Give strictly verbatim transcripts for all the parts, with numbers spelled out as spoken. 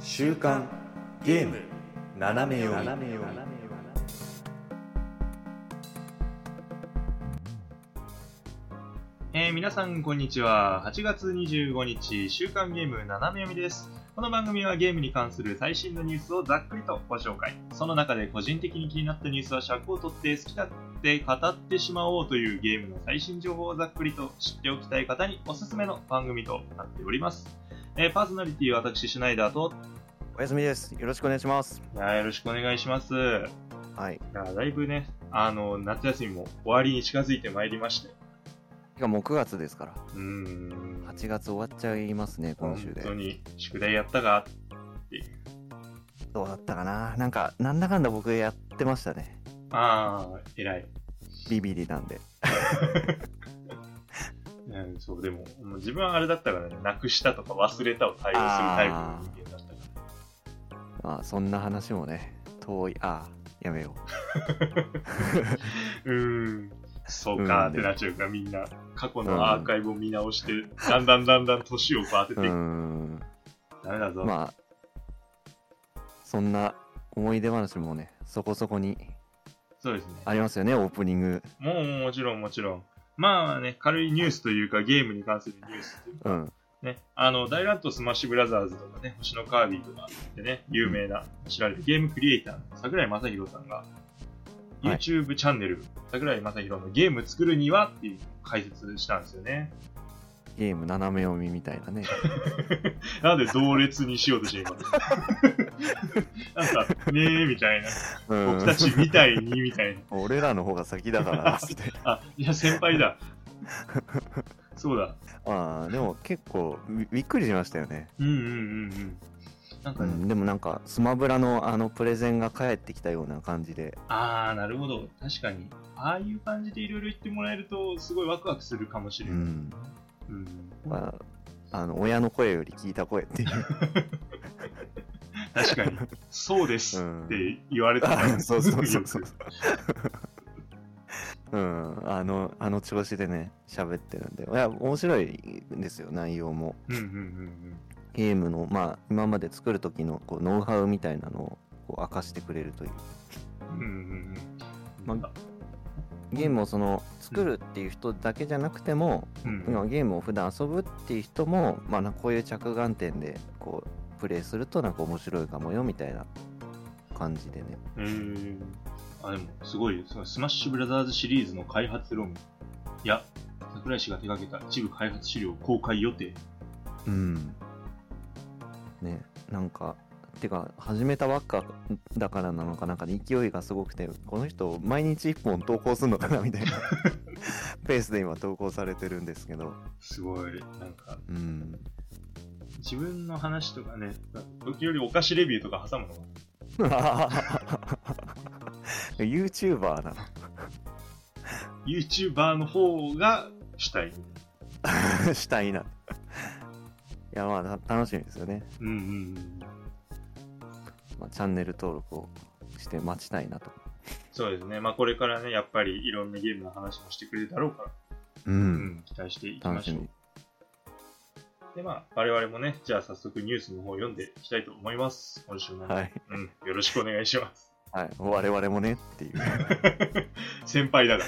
週刊ゲーム斜め読み。 えー、皆さんこんにちは。はちがつにじゅうごにち週刊ゲーム斜め読みです。この番組はゲームに関する最新のニュースをざっくりとご紹介。その中で個人的に気になったニュースは尺を取って好き勝手語ってしまおうというゲームの最新情報をざっくりと知っておきたい方におすすめの番組となっております。えー、パーソナリティは私シュナイダーとおやすみです。よろしくお願いします。 いやよろしくお願いします。 はい。 いやだいぶね、あの夏休みも終わりに近づいてまいりまして。 てかもうくがつですから。 うーん。 はちがつ終わっちゃいますね、今週で。 本当に宿題やったかっていう。 どうだったかな。なんかなんだかんだ僕やってましたね。 ああ、偉い。 ビビリなんで。 うん、そうでももう自分はあれだったからね、なくしたとか忘れたを対応するタイプの人間だったから。 まあそんな話もね、遠い。ああ、やめよう。うーん。そうかってなっちゃうから、みんな過去のアーカイブを見直して、うん、だんだんだんだん年を当てていく。うーん。ダメだぞ。 まあそんな思い出話もね、そこそこにそうですね。 ありますよね、オープニング。 もうもちろんもちろん。まあね、軽いニュースというかゲームに関するニュースというか、うん、ね、あの大乱闘スマッシュブラザーズとかね、星のカービィとかでね、有名な知られるゲームクリエイターの桜井正宏さんが。YouTube チャンネル、桜井正宏のゲーム作るにはっていう解説したんですよね。 ゲーム斜め読みみたいなね。 なんで同列にしようとして今。なんか、ねえみたいな。僕たちみたいにみたいな。 俺らの方が先だからって。 あ、いや、先輩だ。そうだ。 ああ、でも結構びっくりしましたよね。 うんうんうんうん。 なんかね、うん、でもなんかスマブラのあのプレゼンが返ってきたような感じで。 ああ、なるほど。確かにああいう感じでいろいろ言ってもらえるとすごいワクワクするかもしれない。うんうん、まあ、あの親の声より聞いた声っていう。 確かにそうですって言われたら、うん、 そうそうそうそう。うん、あのあの調子でね喋ってるんで、いや面白いですよ内容も。うんうんうんうん。ゲームの、まあ、今まで作る時のこうノウハウみたいなのをこう明かしてくれるという、うんうんうんまあ、ゲームをその作るっていう人だけじゃなくても、うんうん、ゲームを普段遊ぶっていう人も、まあ、こういう着眼点でこうプレイするとなんか面白いかもよみたいな感じでね。 うーんあでもすごいスマッシュブラザーズシリーズの開発論や櫻井氏が手掛けた一部開発資料公開予定。 うんね、なんかてか始めたばっかだからなのかなんか勢いがすごくてこの人毎日いっぽん投稿するのかなみたいなペースで今投稿されてるんですけどすごいなんか、うん、自分の話とかね時よりお菓子レビューとか挟むの YouTuber なの YouTuber の方が主体主体ないやまあ楽しみですよね。うんうんうん。まあ、チャンネル登録をして待ちたいなと。 そうですね。まあこれからねやっぱりいろんなゲームの話もしてくれるだろうから、うん、うん、期待していきましょう。でまあ我々もねじゃあ早速ニュースの方を読んでいきたいと思います。今週も、はい、うん、よろしくお願いします。 はい。我々もねっていう。 先輩だから。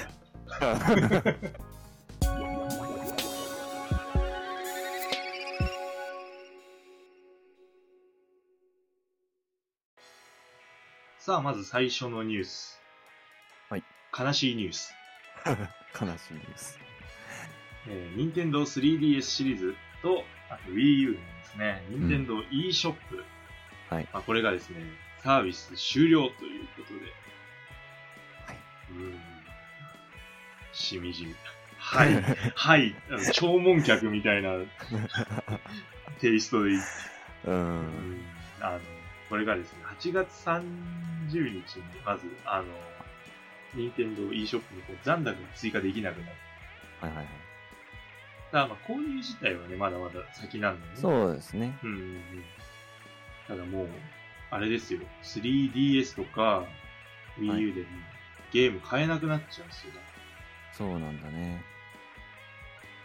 さあ、まず最初のニュース。 はい。 悲しいニュース。 悲しいニュース。 えー、Nintendo スリーディーエス シリーズと、あと Wii U ですね。Nintendo eShop、うん。はい。まあ、これがですね、サービス終了ということで。はい。うーん。しみじみ。はい。はい。あの弔問客みたいなテイストでいい。うん。うんあのこれがですね、はちがつさんじゅうにちにまず、あの、Nintendo eShop にこう残高が追加できなくなる。はいはいはい。ただ、まあ、購入自体はね、まだまだ先なんだよね。 そうですね。うんうんうん。 ただもう、あれですよ、スリーディーエス とか Wii U でも、ゲーム買えなくなっちゃうんですよ。 そうなんだね。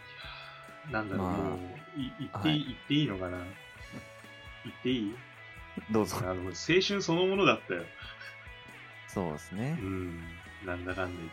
なんだろう、まあ、もう、い言っていい、はい、言っていいのかな言っていいどうぞ。 あの、青春そのものだったよ。 そうですね。 うん。なんだかんだ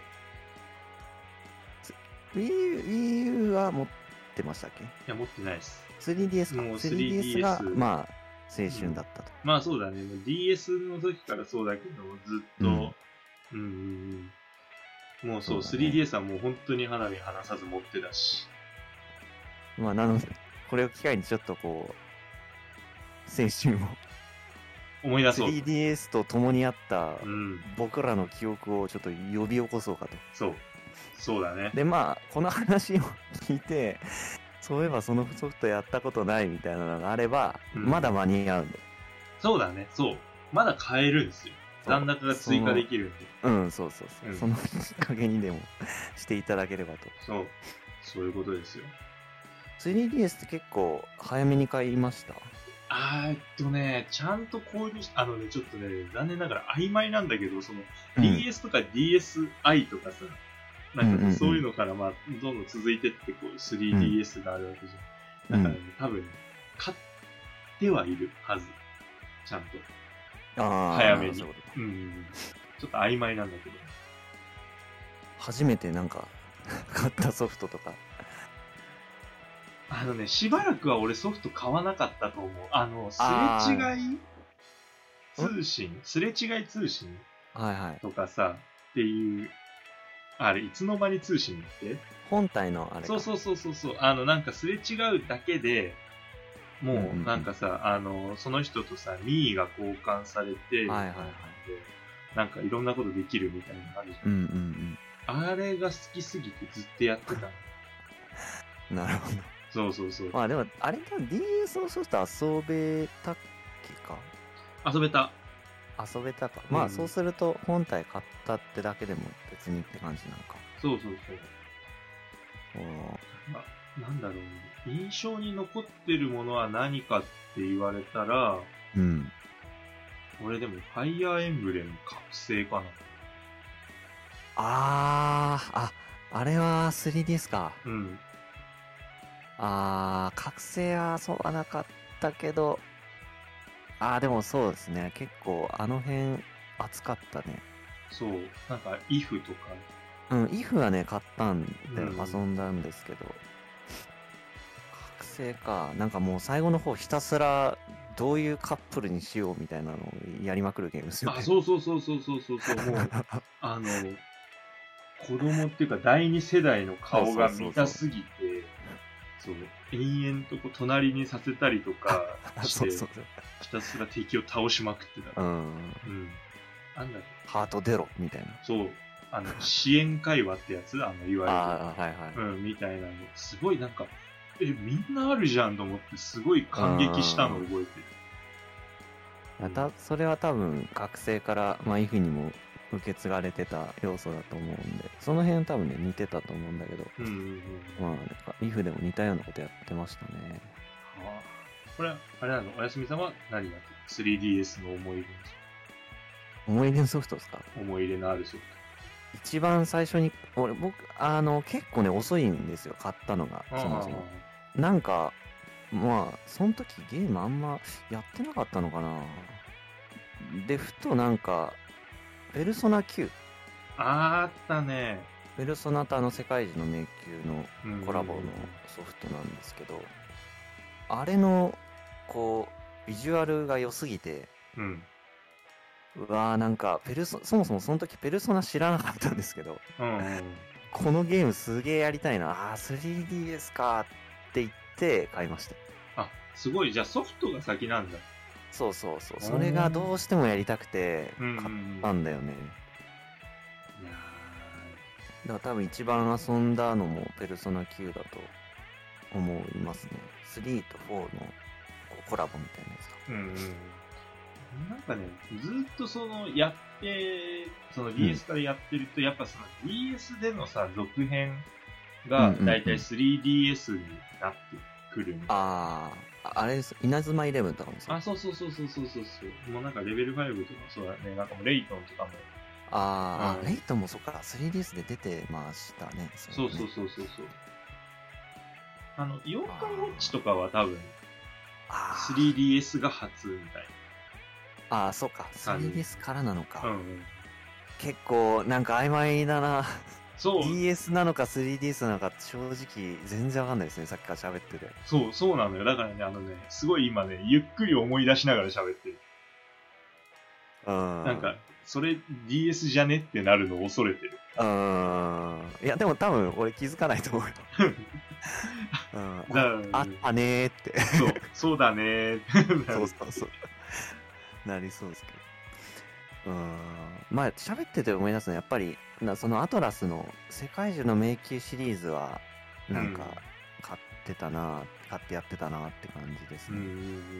言って。Wii, Wii U は持ってましたっけ？いや、持ってないです。 スリーディーエス か。 もうスリーディーエス が、まあ、青春だったと。 うん、まあそうだね。ディーエス の時からそうだけど、ずっと、うん、うんうんうん、もうそう、そうね、スリーディーエス はもう本当に花火離さず持ってたし。 まあ、なので、これを機会にちょっとこう、青春を思い出そう。 スリーディーエス と共にあった僕らの記憶をちょっと呼び起こそうかと。 そう。そうだね。 で、まあ、この話を聞いて、そういえばそのソフトやったことないみたいなのがあれば、うん、まだ間に合うんで。 そうだね、そう。まだ買えるんですよ。残高が追加できるんで。 うん、そうそうそう。うん、そのきっかけにでもしていただければと。 そう。そういうことですよ。 スリーディーエス って結構早めに買いました？ あーえっとね、ちゃんと購入し、あのね、ちょっとね、残念ながら曖昧なんだけど、その、うん、ディーエス とか ディーエスアイ とかさ、なんかそういうのから、まあ、どんどん続いてって、こう、スリーディーエス があるわけじゃん。うん、だからね、多分、買ってはいるはず。ちゃんと。 あ早めに。うん。ちょっと曖昧なんだけど。 初めてなんか、買ったソフトとか。 あのね、しばらくは俺ソフト買わなかったと思う。あの、すれ違い通信すれ違い通信はいはい。 とかさ、っていう、あれ、いつの間に通信って本体のあれか。 そうそうそうそうそう。あの、なんかすれ違うだけで、もう、なんかさ、うんうんうん、あの、その人とさ、任意が交換されて、 はいはいはい。 なんかいろんなことできるみたいなのあるじゃん。 うんうんうん。あれが好きすぎてずっとやってた。 なるほど。 そうそうそう。 まあでも、あれか、ディーエス のソフト遊べたっけか？ 遊べた。 遊べたか。うん、まあそうすると、本体買ったってだけでも別にって感じなのか。 そうそうそう。まあ、なんだろうね。印象に残ってるものは何かって言われたら、 うん。 俺でも、ファイヤーエンブレム覚醒かな。 あー、あ、あれは スリーディーエス か。 うん。 あー、覚醒はそうはなかったけど、あー、でもそうですね。結構、あの辺、熱かったね。 そう。なんか、イフとか。 うん、イフはね、買ったんで、うん、遊んだんですけど、覚醒か。なんかもう最後の方、ひたすら、どういうカップルにしようみたいなのをやりまくるゲームですよね。 あ、そうそうそうそうそうそうそう。もう、あの、子供っていうか、第二世代の顔が見たすぎて、そう、延々とこう隣にさせたりとかして、そうそうそう、ひたすら敵を倒しまくってた。 うん。うん。 なんだろう。 ハート出ろみたいな。 そう。あの、支援会話ってやつあの、いわゆる。 ああ、はいはい。 うん、みたいなの。すごいなんか、え、みんなあるじゃんと思って、すごい感激したのを覚えてる。 また、それは多分、学生から、まあ、イフにも受け継がれてた要素だと思うんで、その辺多分ね、似てたと思うんだけど、 うんうんうん、 まあ、なんか、イフでも似たようなことやってましたね。 はあ、これは、あれなの、おやすみさんは何が スリーディーエス の思い出のソフト思い出のソフトですか？ 思い入れのあるソフト。 一番最初に、俺、僕、あの、結構ね、遅いんですよ、買ったのが、そもそも。なんか、まあ、その時ゲームあんまやってなかったのかな。で、ふとなんか、ペルソナきゅう。 あったね。 ペルソナとあの世界一の迷宮のコラボのソフトなんですけど、あれの、こう、ビジュアルが良すぎて、 うん。 うわーなんかペルソ、そもそもその時ペルソナ知らなかったんですけど、 うんうん、 このゲームすげえやりたいな、あー スリーディーエス かって言って買いました。 あ、すごい、じゃあソフトが先なんだ。 そうそうそう、それがどうしてもやりたくて買ったんだよね。うんうんうん、いやだから多分一番遊んだのもペルソナきゅうだと思いますね。スリーとフォーのコラボみたいなやつか。 うんうん、なんかね、ずっとその、やって、その ディーエス からやってると、うん、やっぱその ディーエス でのさ、続編が、だいたい スリーディーエス になってくるみたいな。 ああ、あれです。稲妻イレブンとかもそう。あ、そうそうそうそうそうそう。もうなんかレベルファイブとかもそうだね。なんかもうレイトンとかも。 ああ、うん、レイトンもそっか、スリーディーエス で出てましたね。 そうそうそうそうそう。あの、妖怪ウォッチとかは多分、 スリーディーエス が初みたいな。ああ、そうか。スリーディーエス からなのか。 うんうん、 結構、なんか曖昧だな。 そう。 ディーエス なのか スリーディーエス なのか正直全然わかんないですね。さっきから喋ってて。 そう、そうなのよ。だからね、あのね、すごい今ね、ゆっくり思い出しながら喋ってる。 うん。 なんか、それ ディーエス じゃねってなるのを恐れてる。 うん。いや、でも多分俺気づかないと思うよ。うん、あ, あったねーって。 そう、そうだねーって。 そうそうそう。なりそうですけど。うん。まあ、喋ってて思い出すのは、やっぱり、そのアトラスの世界中の迷宮シリーズは、なんか、買ってたな、うん、買ってやってたなって感じですね。うんうんうんうん。なんか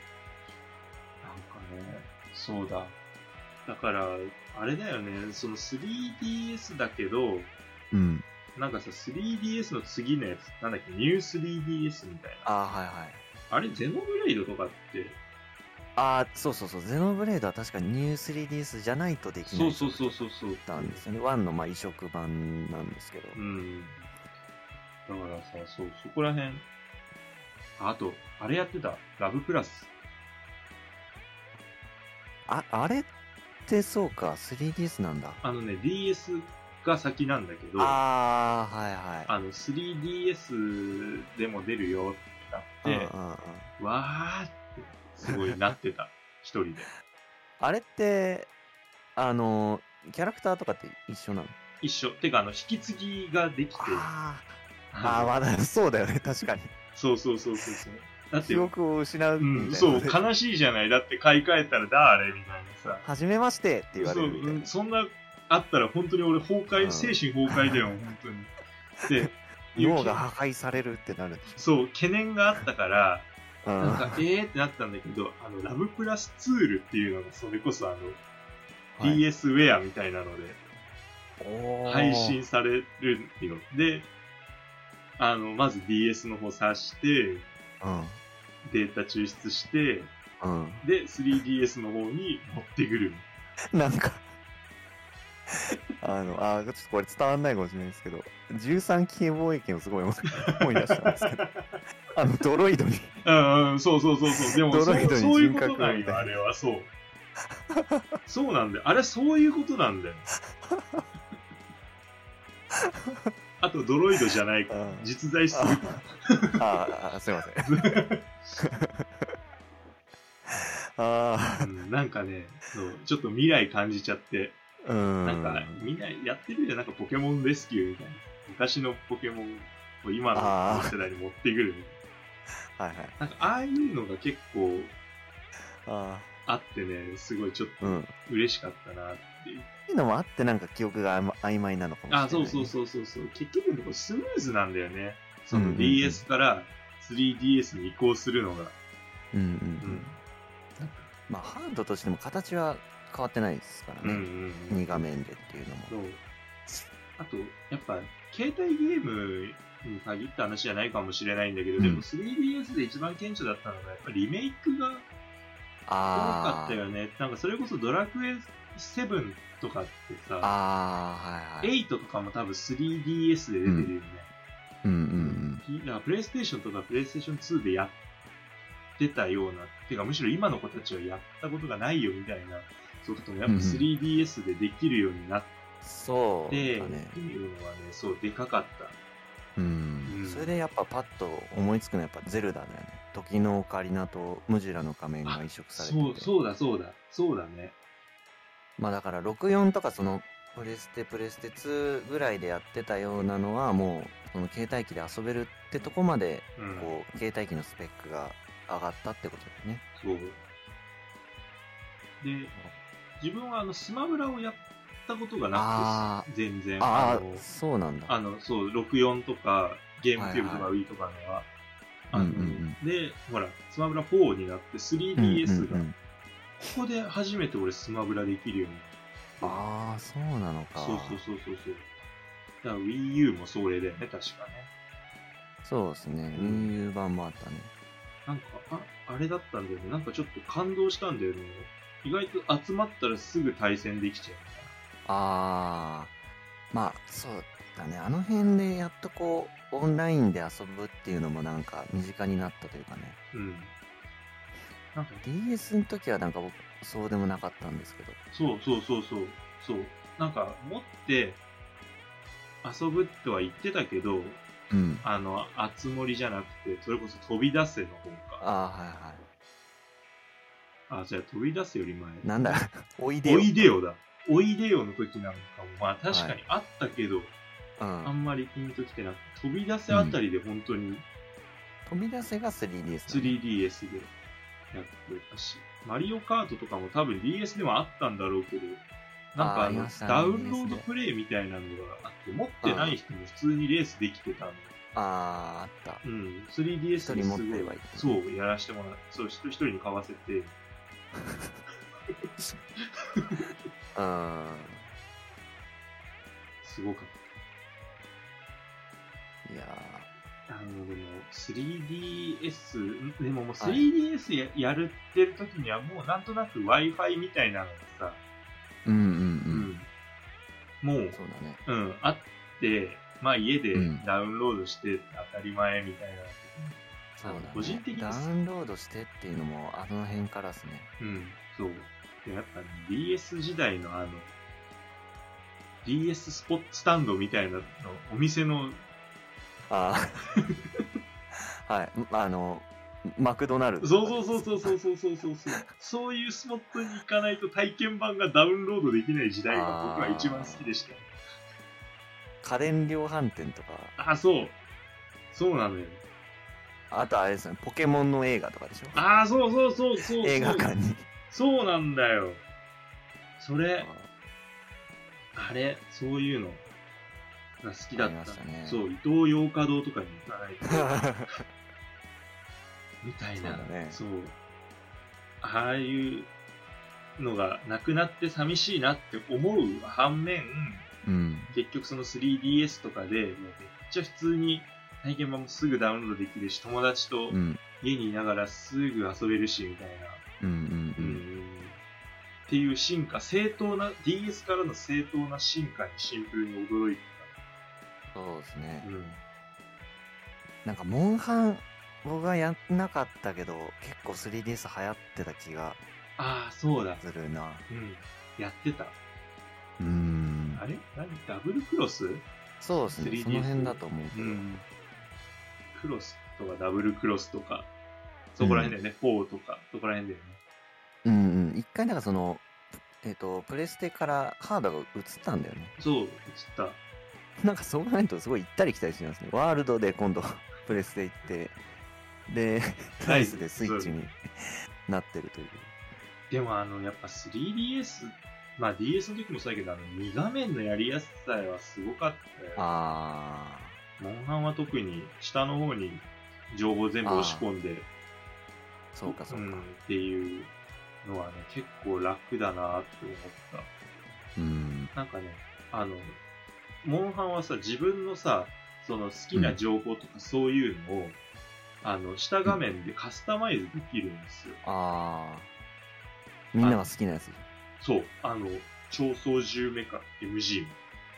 ね、そうだ。だから、あれだよね、その スリーディーエス だけど、 うん。 なんかさ、スリーディーエス の次のやつ、なんだっけ、ニュー スリーディーエス みたいな。 ああ、はいはい。 あれ、ゼノブレイドとかって、 ああ、そうそうそう、ゼノブレードは確かにニュー スリーディーエス じゃないとできない。 そうそうそうそう。 なんですよね。ワンのまあ移植版なんですけど。 うん。だからさ、そう、そこら辺。あと、あれやってた。ラブプラス。 あ、あれってそうか、スリーディーエス なんだ。 あのね、ディーエス が先なんだけど、 ああ、はいはい。 あの、スリーディーエス でも出るよってなって、うんうんうん、わーってすごいなってた。一人で。 あれって、あの、キャラクターとかって一緒なの？ 一緒。てか、あの、引き継ぎができて。 ああ、まだそうだよね、確かに。 そうそうそうそうそう。 だって記憶を失うみたいな、うん。そう、悲しいじゃない。だって買い替えたら誰みたいなさ。 はじめましてって言われるみたいな。 そ, そんな、あったら本当に俺崩壊、うん、精神崩壊だよ、本当に。で、 脳が破壊されるってなるでしょ。 そう、懸念があったから、なんか、えーってなったんだけど、あの、ラブプラスツールっていうのが、それこそあの、はい、ディーエス ウェアみたいなので、配信されるよ。で、あの、まず ディーエス の方挿して、うん、データ抽出して、うん、で、スリーディーエス の方に持ってくる。 なんか、あの、あ、ちょっとこれ伝わんないかもしれないですけど、じゅうさんき防衛権をすごい思い出したんですけど、あの、ドロイドに。 うんうん、そうそうそうそう。でもドロイドにそういうことなんよ、あれは、そう。そうなんだよ。あれ、そういうことなんだよ。あと、ドロイドじゃないから、実在するから。 ああ、すいません。 あ、うん、なんかね、そう、ちょっと未来感じちゃって、うん、なんか、みんなやってるじゃん、なんかポケモンレスキューみたいな。昔のポケモンを今の世代に持ってくる。はいはい。なんか、ああいうのが結構、ああってね、すごいちょっと嬉しかったなっていう。 っていうのもあって、なんか記憶が曖昧なのかもしれない、ね。 あ、そうそうそうそうそう。結局のところスムーズなんだよね。その ディーエス から スリーディーエス に移行するのが。うんうんうん。うん、 まあ、ハードとしても形は変わってないですからね。うんうんうん、に画面でっていうのも。そう。 あと、やっぱ、携帯ゲームに限った話じゃないかもしれないんだけど、うん、でも スリーディーエス で一番顕著だったのが、やっぱりリメイクが多かったよね。なんかそれこそドラクエセブンとかってさ、あ、はいはい、エイトとかも多分 スリーディーエス で出てるよね。うん、うんうんうん。だからプレイステーションとかプレイステーションツーでやってたような、てかむしろ今の子たちはやったことがないよみたいなソフトもやっぱ スリーディーエス でできるようになって、 そうだね。 っていうのはね、そう、でかかった。 うん。うん、それでやっぱパッと思いつくのはやっぱゼルダだよね。時のオカリナとムジュラの仮面が移植されてて。 そう、そうだそうだ、そうだね。 まあだからろくじゅうよんとかそのプレステプレステツーぐらいでやってたようなのはもうその携帯機で遊べるってとこまでこう、うん、携帯機のスペックが上がったってことだよね。 そう。で、自分はあのスマブラをやったことがなくて全然。 ああ、そうなんだ。 あの、そう、ろくじゅうよんとかゲームキューブとか Wii とかのは。あの、うんうんうん、で、ほら、スマブラフォーになって スリーディーエス が、うんうんうん、ここで初めて俺スマブラできるようになって。 ああ、そうなのか。 そうそうそうそうそう。だから Wii U もそれだよね、確かね。 そうですね。うん、Wii U 版もあったね。 なんか、あ、あれだったんだよね。なんかちょっと感動したんだよね。意外と集まったらすぐ対戦できちゃう。 ああ、まあ、そうだね。あの辺でやっとこう、オンラインで遊ぶっていうのもなんか身近になったというかね。うん。 なんか ディーエス の時はなんか僕そうでもなかったんですけど。 そうそうそうそうそうなんか持って遊ぶとは言ってたけど、 うん、 あのあつ森じゃなくてそれこそ飛び出せの方か。 ああはいはい。 あじゃあ飛び出せより前なんだおいでよおいでよだおいでよの時なんかもまあ確かにあったけど、はい、うん、あんまりピンときてなくて飛び出せあたりで本当に、うん、 飛び出せが スリーディーエス、ね、 スリーディーエス でやってたしマリオカートとかも多分 ディーエス でもあったんだろうけどなんかあのあ、ね、ダウンロードプレイみたいなのがあって持ってない人も普通にレースできてたの。 あああった。 うん スリーディーエス ですごいそうやらしてもらってそう一人に買わせてあすごかった。いやあのでも スリーディーエス でももう スリーディーエス や,、はい、やるってる時にはもうなんとなく Wi-Fi みたいなのがさ、 うんうんうん、 うん、もうそうだね、 うん、あってまあ家でダウンロードして当たり前みたいな、うん、 そうだね、 個人的にダウンロードしてっていうのもあの辺からですね。 うんそうでやっぱ ディーエス 時代のあの ディーエス スポットスタンドみたいなのお店のああはいあのマクドナルド、 そうそうそうそうそうそうそうそうそういうスポットに行かないと体験版がダウンロードできない時代が僕は一番好きでした。 家電量販店とかあそうそうなのよ。 あとあれですねポケモンの映画とかでしょ。 ああそうそうそうそう映画館にそうなんだよ。それあれそういうのが好きだった、ね、そう伊東洋華堂とかに行かないとみたいな そう,、ね、そうああいうのがなくなって寂しいなって思う反面、 うん、 結局その スリーディーエス とかでもうめっちゃ普通に体験版もすぐダウンロードできるし友達と家にいながらすぐ遊べるしみたいな、 うんうんうんうん、 っていう進化正当な ディーエス からの正当な進化にシンプルに驚いてた。そうですね、 うん、 なんかモンハン僕はやんなかったけど結構 スリーディーエス 流行ってた気がああそうだするな。 うん、やってた。 うーんあれ何ダブルクロス？ そうですね、その辺だと思うけど、うん、 クロスとかダブルクロスとかそこら辺だよね、うん、フォーとかそこら辺だよね。 うんうん一回なんかそのえっ、ー、とプレステからハードが移ったんだよね。 そう移った。 なんかそうなるとすごい行ったり来たりしますね。ワールドで今度プレステ行ってでライスでスイッチになってるという。 でもあのやっぱ スリーディーエス まあ ディーエス の時もそうだけどあのに画面のやりやすさはすごかったよ。 ああ。モンハンは特に下の方に情報全部押し込んで、 そうかそうか、うん、 っていうのはね結構楽だなって思った。 うん。 なんかねあのモンハンはさ自分のさその好きな情報とかそういうのを、うん、あの下画面でカスタマイズできるんですよ。 ああ。みんなが好きなやつ。 そうあの超操縦メカ エムジー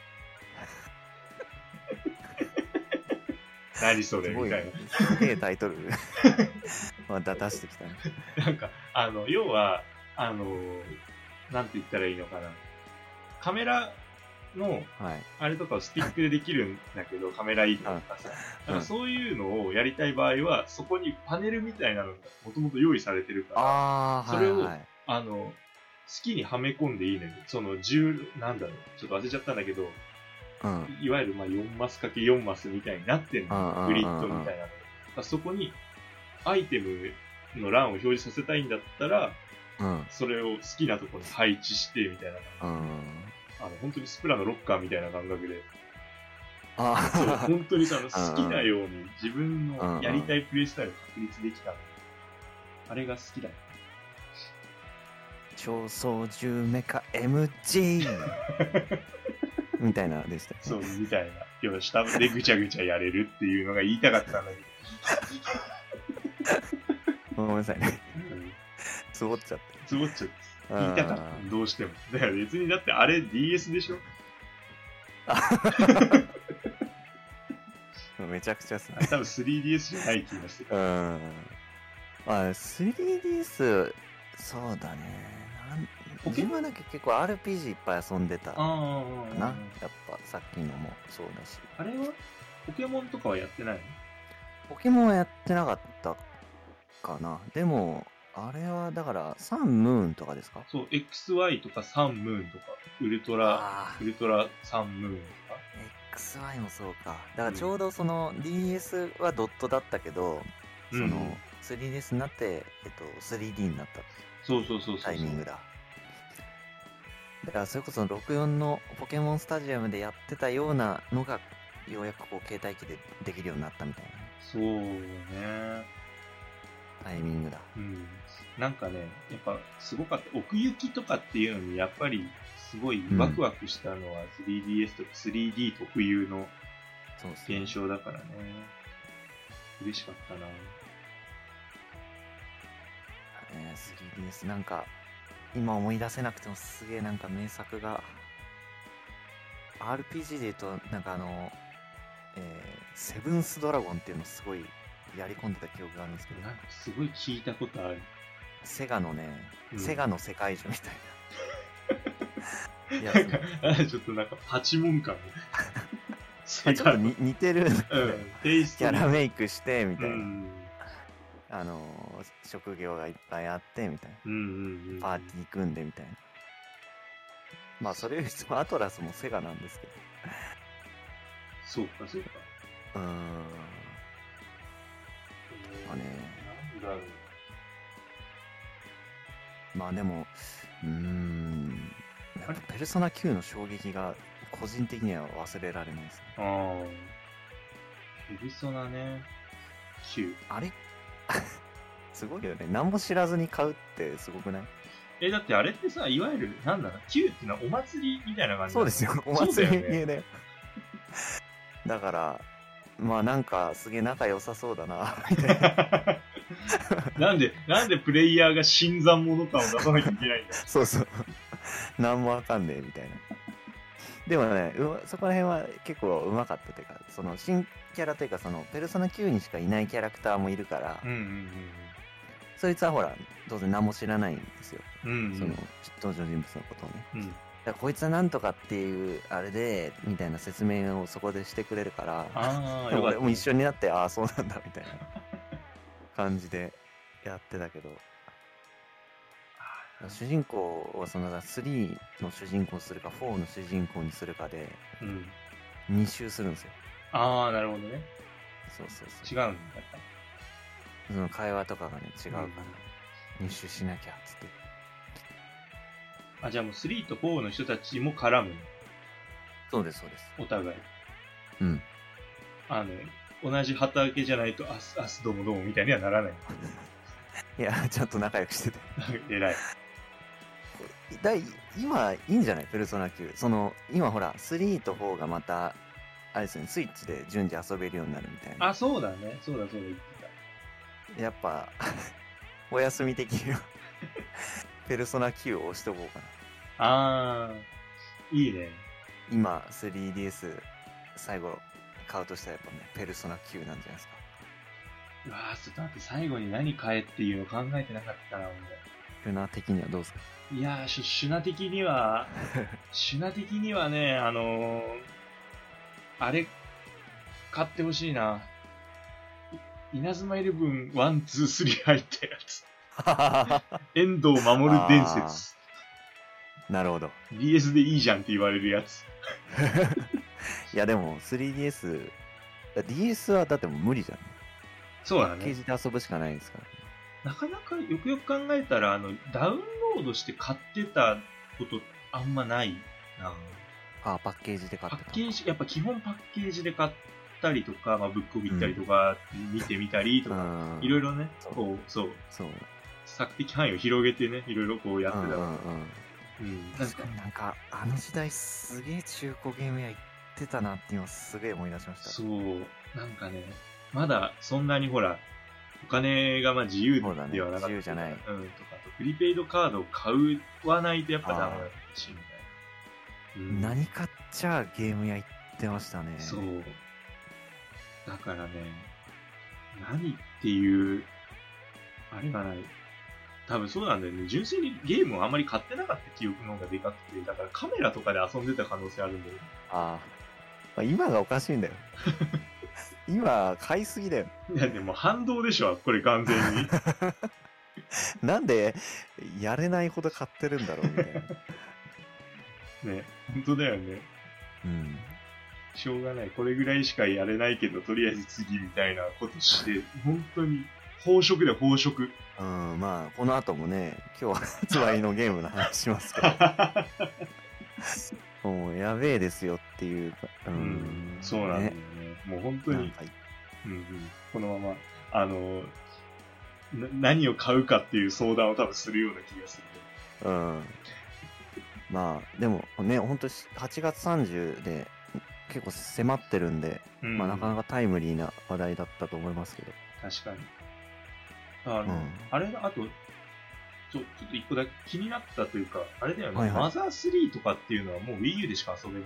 何それみたいなすげえタイトルまた出してきたね。 なんかあの要はあのなんて言ったらいいのかなカメラのあれとかをスティックでできるんだけど、はい、カメラ移動とかさ、だからそういうのをやりたい場合はそこにパネルみたいなのがもともと用意されてるからあそれを、 はいはい、 あの好きにはめ込んでいいのよ。そのじゅうなんだろうちょっと忘れちゃったんだけど、 うん、 いわゆるまあよんマスかけよんマスみたいになってんの、グリッドみたいなの。そこにアイテムの欄を表示させたいんだったら、 うん、 それを好きなところに配置してみたいな、 うん、 あの本当にスプラのロッカーみたいな感覚で、 あそう本当にその好きなように自分のやりたいプレイスタイルを確立できたの。あれが好きだ。 超操縦メカ エムジー みたいなでしたね。 そうみたいな。要は下でぐちゃぐちゃやれるっていうのが言いたかったんだけど。ごめんなさいね。つぼっちゃって。 つぼっちゃって。言いたかった。どうしても。だから別にだってあれ ディーエス でしょめちゃくちゃっすね。 多分 スリーディーエス じゃない気がする。 うん。 あ、スリーディーエス、そうだね。なん自分はなんか結構 アールピージー いっぱい遊んでたかな。やっぱさっきのもそうだし。 あれはポケモンとかはやってないの？ ポケモンはやってなかったかな。でも、あれはだからサンムーンとかですか？ そう、エックスワイ とかサンムーンとか、ウルトラ、ウルトラサンムーンとか。 エックスワイ もそうか。だからちょうどその ディーエス はドットだったけど、うん、その スリーディーエス になって、えっと、スリーディー になったそうそうそうそうタイミングだ。だからそれこそろくじゅうよんのポケモンスタジアムでやってたようなのがようやくこう携帯機でできるようになったみたいな。 そうね。 タイミングだ。 うん。なんかね、やっぱすごかった。奥行きとかっていうのにやっぱりすごいワクワクしたのは スリーディーエス とか スリーディー 特有の現象だからね。嬉しかったな。 えー、スリーディーエス なんか今思い出せなくてもすげえなんか名作が アールピージー で言うとなんかあの、えー、セブンスドラゴンっていうのすごいやり込んでた記憶があるんですけど、 なんかすごい聞いたことある。 セガのね、うん、セガの世界中みたいな。 いやちょっとなんかパチモン感ちょっとに似てる、うん、 テイストキャラメイクしてみたいな、うん、あのー、職業がいっぱいあってみたいな、 うんうんうん、 パーティー組んでみたいな。まあそれよりもアトラスもセガなんですけど。 そうかそうか。 うーん。まあね。 なんだろう。 まあでも、うーん。やっぱペルソナきゅうの衝撃が個人的には忘れられないですね。 ああ。ペルソナね。きゅう。 あれすごいよね。何も知らずに買うってすごくない？ え、だってあれってさ、いわゆる、なんだろう、きゅうってのはお祭りみたいな感じ。 そうですよ。お祭り系だよ。だから、まあなんかすげえ仲良さそうだな、みたいな。なんで、なんでプレイヤーが新参者感を出さなきゃいけないんだ。 そうそう。なんもわかんねえ、みたいな。でもね、うそこら辺は結構うまかったというか、その新キャラというか、そのペルソナきゅうにしかいないキャラクターもいるから、 うんうんうんうん、 そいつはほら、当然何も知らないんですよ。 うんうん、 その登場人物のことをね。 うん、 だからこいつはなんとかっていうあれでみたいな説明をそこでしてくれるから、 あでも俺も一緒になって、ああそうなんだみたいな感じでやってたけど、主人公をそのスリーの主人公にするかフォーの主人公にするかでに周するんですよ。 うん、ああなるほどね。 そうそうそう。 違うんだ。 その会話とかがね違うから、うん、に周しなきゃっつって。 あ、じゃあもうスリーとフォーの人たちも絡むの？ そうですそうです。 お互い。 うん。 あの同じ畑じゃないとあすあすどうもどうもみたいにはならない。 いやちゃんと仲良くしてて。 偉い。 だい今いいんじゃないペルソナきゅう。その今ほらスリーとフォーがまたあれですね、スイッチで順次遊べるようになるみたいな。 あ、そうだね。そうだそうだ言ってた。やっぱお休み的にはペルソナきゅうを押しとこうかな。 あー、いいね。 今 スリーディーエス 最後買うとしたらやっぱねペルソナきゅうなんじゃないですか。 うわー、ちょっと待って、最後に何買えっていうの考えてなかったな、俺。 シュナ的にはどうですか？ いやー、シュシュナ的には、シュナ的にはね、あのー、あれ、買ってほしいな。稲妻イレブンワン、ツー、スリー入ったやつ。遠藤守伝説。 なるほど。 ディーエス でいいじゃんって言われるやつ。 いやでも スリーディーエス、ディーエス はだってもう無理じゃん。 そうだね。 パッケージで遊ぶしかないですから、ね。 なかなかよくよく考えたら、あの、ダウンロードして買ってたことあんまないな。 ああ、パッケージで買ってた。 パッケージ、やっぱ基本パッケージで買ったりとか、まあ、ブックオフ行ったりとか、うん、見てみたりとか、いろいろね、こう、そう。 そう。 作的範囲を広げてね、いろいろこうやってた。うん、うん、 うん。確かになんか、あの時代すげえ中古ゲーム屋行ってたなって今すげえ思い出しました。 そう。なんかね、まだそんなにほら、お金がまあ自由ではなかった。 ね、自由じゃない。うん、 とか、とプリペイドカードを買わないとやっぱダメだったし、みたいな、うん。何買っちゃゲーム屋行ってましたね。 そう。だからね、何っていうあれがない。多分そうなんだよね。純粋にゲームをあんまり買ってなかった記憶の方がでかくて、だからカメラとかで遊んでた可能性あるんだよね。 ああ。今がおかしいんだよ。今、買いすぎだよ。 いや、でも反動でしょ、これ完全に。 なんで、やれないほど買ってるんだろうみたいな。 ね、本当だよね。 うん。 しょうがない。これぐらいしかやれないけど、とりあえず次みたいなことして、本当に、飽食だよ、飽食。 うん、まあ、この後もね、今日発売のゲームの話しますけど、もうやべえですよっていうか、 うん、うん、そうなんだよね。もう本当に、うんうん、このまま、あの、何を買うかっていう相談を多分するような気がする。 うん。まあ、でもね、本当にはちがつさんじゅうで結構迫ってるんで、うん、まあなかなかタイムリーな話題だったと思いますけど。 確かに。あの、うん、あれだ、あと、ちょ、ちょっと一個だけ気になったというか、あれだよね、はいはい、マザースリーとかっていうのはもう Wii U でしか遊べない。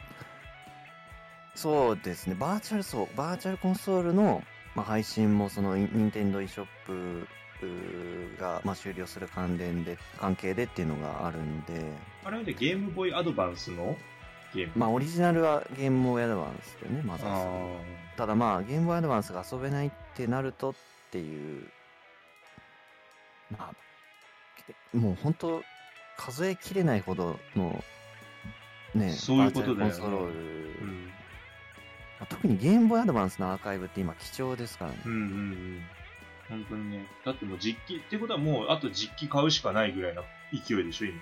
そうですね、バーチャル、そう、バーチャルコンソールの、まあ、配信もその任天堂 e ショップが、まあ、終了する関連で、関係でっていうのがあるんで。 あれでゲームボーイアドバンスのゲーム？ まあオリジナルはゲームボーイアドバンスでね、マザースリー。ただまあゲームボーイアドバンスが遊べないってなるとっていう、まあ、もう本当数えきれないほどのね、 そういうことだよね。 バーチャルコンソロール、うん特にゲームボーイアドバンスのアーカイブって今貴重ですからね。 うんうんうん。本当にね。だってもう実機、ってことはもうあと実機買うしかないぐらいの勢いでしょ、今。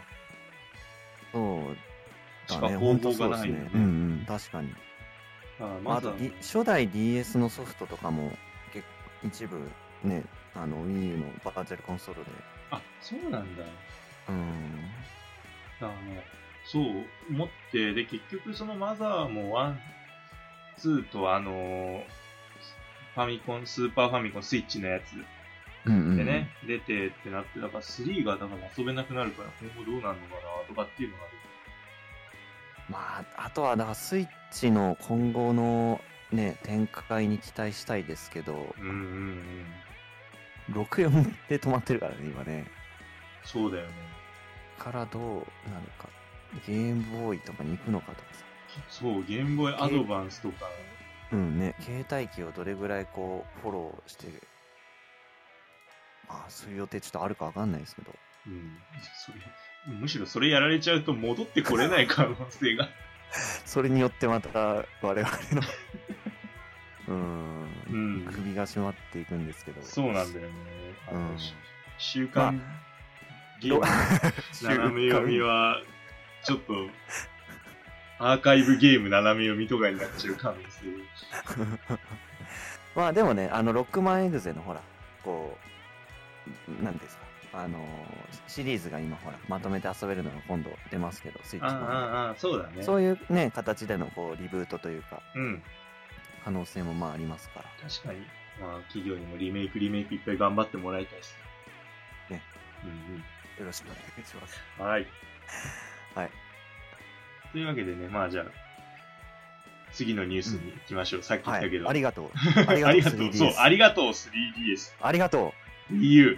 そうだね。 しか方法がないよね。 うんうん、確かに。あ、まあ、あと、初代 ディーエス のソフトとかも結一部ね、あの Wii U のバーチャルコンソールで。 あ、そうなんだ。 うん。 だからね、そう思って、で、結局そのマザーもワン、ツーとあのー、ファミコン、スーパーファミコンスイッチのやつでね、うんうんうん、出てってなって、だからスリーがだから遊べなくなるから今後どうなるのかなとかっていうのがある。 まあ、あとはだからスイッチの今後のね、展開に期待したいですけど、 うんうんうん。 ろくじゅうよんで止まってるからね、今ね。 そうだよね。 からどうなるか。ゲームボーイとかに行くのかとかさ。 そう、ゲームボーイアドバンスとか。 うんね、携帯機をどれぐらいこう、フォローしてる。まあ、そういう予定ちょっとあるかわかんないですけど。 うん。それ、むしろそれやられちゃうと戻ってこれない可能性が。 それによってまた我々のうーん、うん、首が締まっていくんですけど。 そうなんだよね。あの、うん、週刊、まあ、ゲーム斜め読みは、ちょっと、アーカイブゲーム斜め読みとかになっちゃう可能性。 まあでもね、あの、ロックマンエグゼのほら、こう、なんですか、あのー、シリーズが今ほら、まとめて遊べるのが今度出ますけど、スイッチの。 ああ、そうだね。 そういうね、形でのこう、リブートというか、 うん。 可能性もまあありますから。 確かに。まあ、企業にもリメイク、リメイクいっぱい頑張ってもらいたいですね。 うんうん。 よろしくお願いします。 はい。 はい。 というわけでね、まあじゃあ、次のニュースに行きましょう。うん、さっき言ったけど。 はい、ありがとう。 ありがとう。そう、ありがとう スリーディーエス。 ありがとう。Wii U。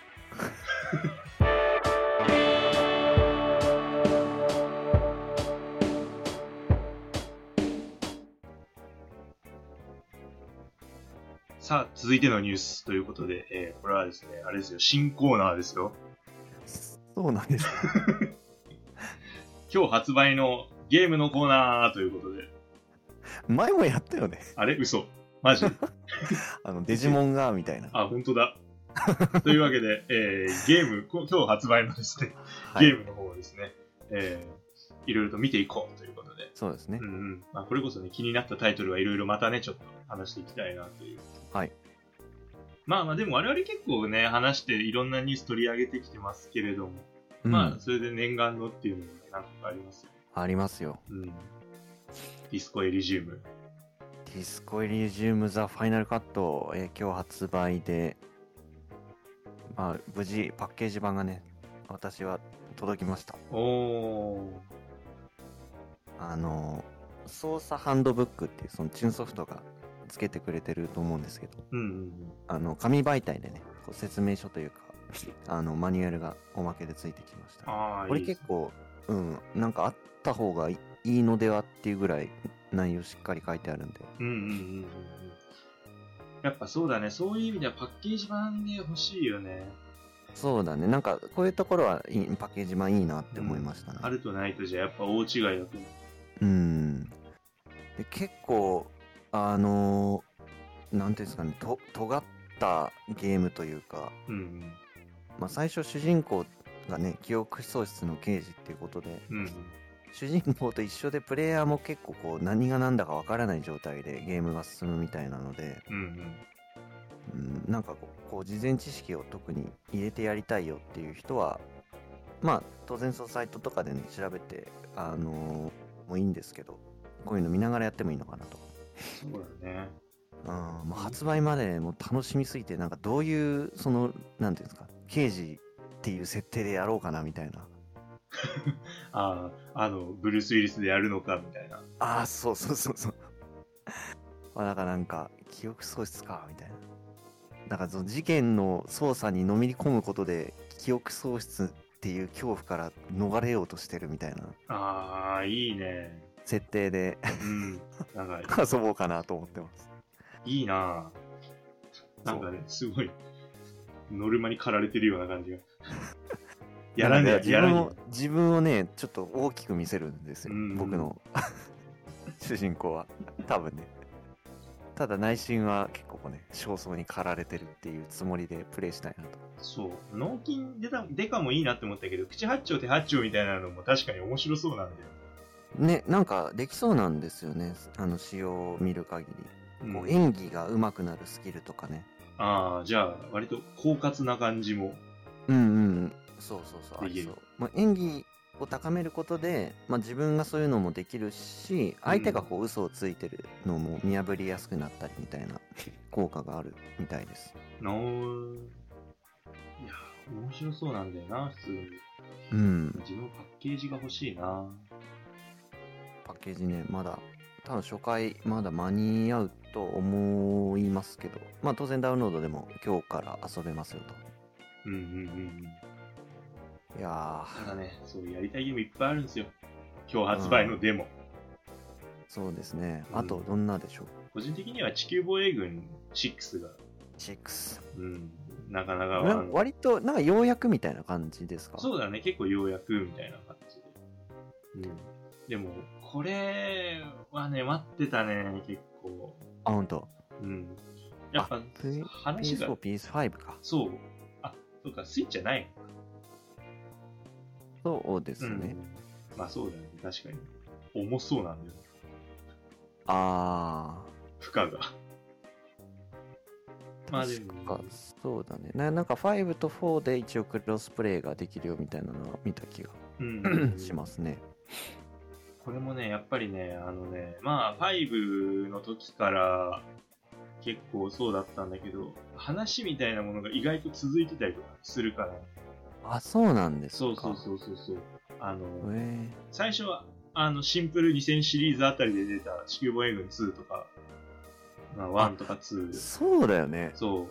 さあ、続いてのニュースということで、えー、これはですね、あれですよ、新コーナーですよ。 そうなんですか。 今日発売のゲームのコーナーということで。 前もやったよね。 あれ嘘マジあの、デジモンが、みたいな。 あ、本当だ。というわけで、えー、ゲーム、今日発売のですね、ゲームの方をですね、はい、えー、いろいろと見ていこうということで。 そうですね。 うんうん。まあ、これこそね、気になったタイトルはいろいろまたね、ちょっと話していきたいなという。 はい。 まあまあ、でも我々結構ね、話していろんなニュース取り上げてきてますけれども、うん、まあ、それで念願のっていうのも何個かありますよ。 ありますよ。 うん。ディスコエリジウム。 ディスコエリジウムザファイナルカット、えー、今日発売で、まあ、無事パッケージ版がね、私は届きました。 おー。 あの、操作ハンドブックっていうそのチューンソフトがつけてくれてると思うんですけど、 うんうんうん、 あの、紙媒体でね、 こう説明書というかあのマニュアルがおまけでついてきました。 あこれ結構うん、なんかあった方がいいのではっていうぐらい内容しっかり書いてあるんで。 うんうんうんうん。やっぱそうだね。そういう意味ではパッケージ版で欲しいよね。 そうだね。なんかこういうところはいいパッケージ版いいなって思いましたね。 うん、あるとないとじゃやっぱ大違いだと思う。 うん。で結構あのなんていうんですかね、と尖ったゲームというか、 うんうん、 まあ最初主人公がね記憶喪失の刑事っていうことで、うん、主人公と一緒でプレイヤーも結構こう何が何だかわからない状態でゲームが進むみたいなので、うんうんうん、なんかこう、こう事前知識を特に入れてやりたいよっていう人はまあ当然そのサイトとかで、ね、調べてあのー、もういいんですけど、こういうの見ながらやってもいいのかなと。 そうだね。 うん、まあ、発売までも楽しみすぎて、なんかどういうそのなんていうんですか、刑事っていう設定でやろうかなみたいな。 ああ、あのブルース・ウィリスでやるのかみたいな。 ああ、そうそうそうそう。まあだからなんか記憶喪失かみたいな。だからその事件の捜査にのめり込むことで記憶喪失っていう恐怖から逃れようとしてるみたいな。 ああ、いいね。 設定で、うん、なんか遊ぼうかなと思ってます。 いいなぁ。なんかね、すごいノルマに駆られてるような感じが。 やらねえ、やらねえ。自分をね、ちょっと大きく見せるんですよ、うんうん、僕の主人公は。多分ね。ただ内心は結構ね、焦燥に駆られてるっていうつもりでプレイしたいなと。 そう。脳筋出た、デカもいいなって思ったけど、口八丁手八丁みたいなのも確かに面白そうなんだよ。 ね、なんかできそうなんですよね、あの仕様を見る限り。うん、こう演技が上手くなるスキルとかね。 ああ、じゃあ割と狡猾な感じも。 うんうん、そうそうそう。できる。まあ、演技を高めることで、まあ、自分がそういうのもできるし、相手がこう嘘をついてるのも見破りやすくなったりみたいな効果があるみたいです。 のー、いや、面白そうなんだよな、普通に。 うん。 自分パッケージが欲しいな。 パッケージね、まだ、多分初回まだ間に合うと思いますけど、まあ当然ダウンロードでも今日から遊べますよと。 うんうんうんうん。 いやー。ただね、そうやりたいゲームいっぱいあるんですよ。今日発売のデモ。うん、 そうですね。あとどんなでしょう、うん、 個人的には地球防衛軍ろくが。ろく。うん。なかなかは。割と、なんかようやくみたいな感じですか？ そうだね。結構ようやくみたいな感じで。うん。でも、これはね、待ってたね、結構。 あ、ほんと。 うん。やっぱ、話が。 ピーエスフォー、ピーエスファイブ か。 そう。あ、そうか、スイッチじゃないのか。そうですね。 うん、まあそうだね、確かに。重そうなんだよ。 あー。 負荷が。 まあでも。そうだねな。なんかごとよんで一応クロスプレイができるよみたいなのを見た気が、うん、しますね。 これもね、やっぱりね、あのね、まあ、ごの時から結構そうだったんだけど、話みたいなものが意外と続いてたりとかするから。 あ、そうなんですか。 そうそうそうそうそう。あの、 えー、 最初は、あの、シンプルにせんシリーズあたりで出た地球防衛軍ツーとか、まあ、ワンとかツー。 そうだよね。 そう。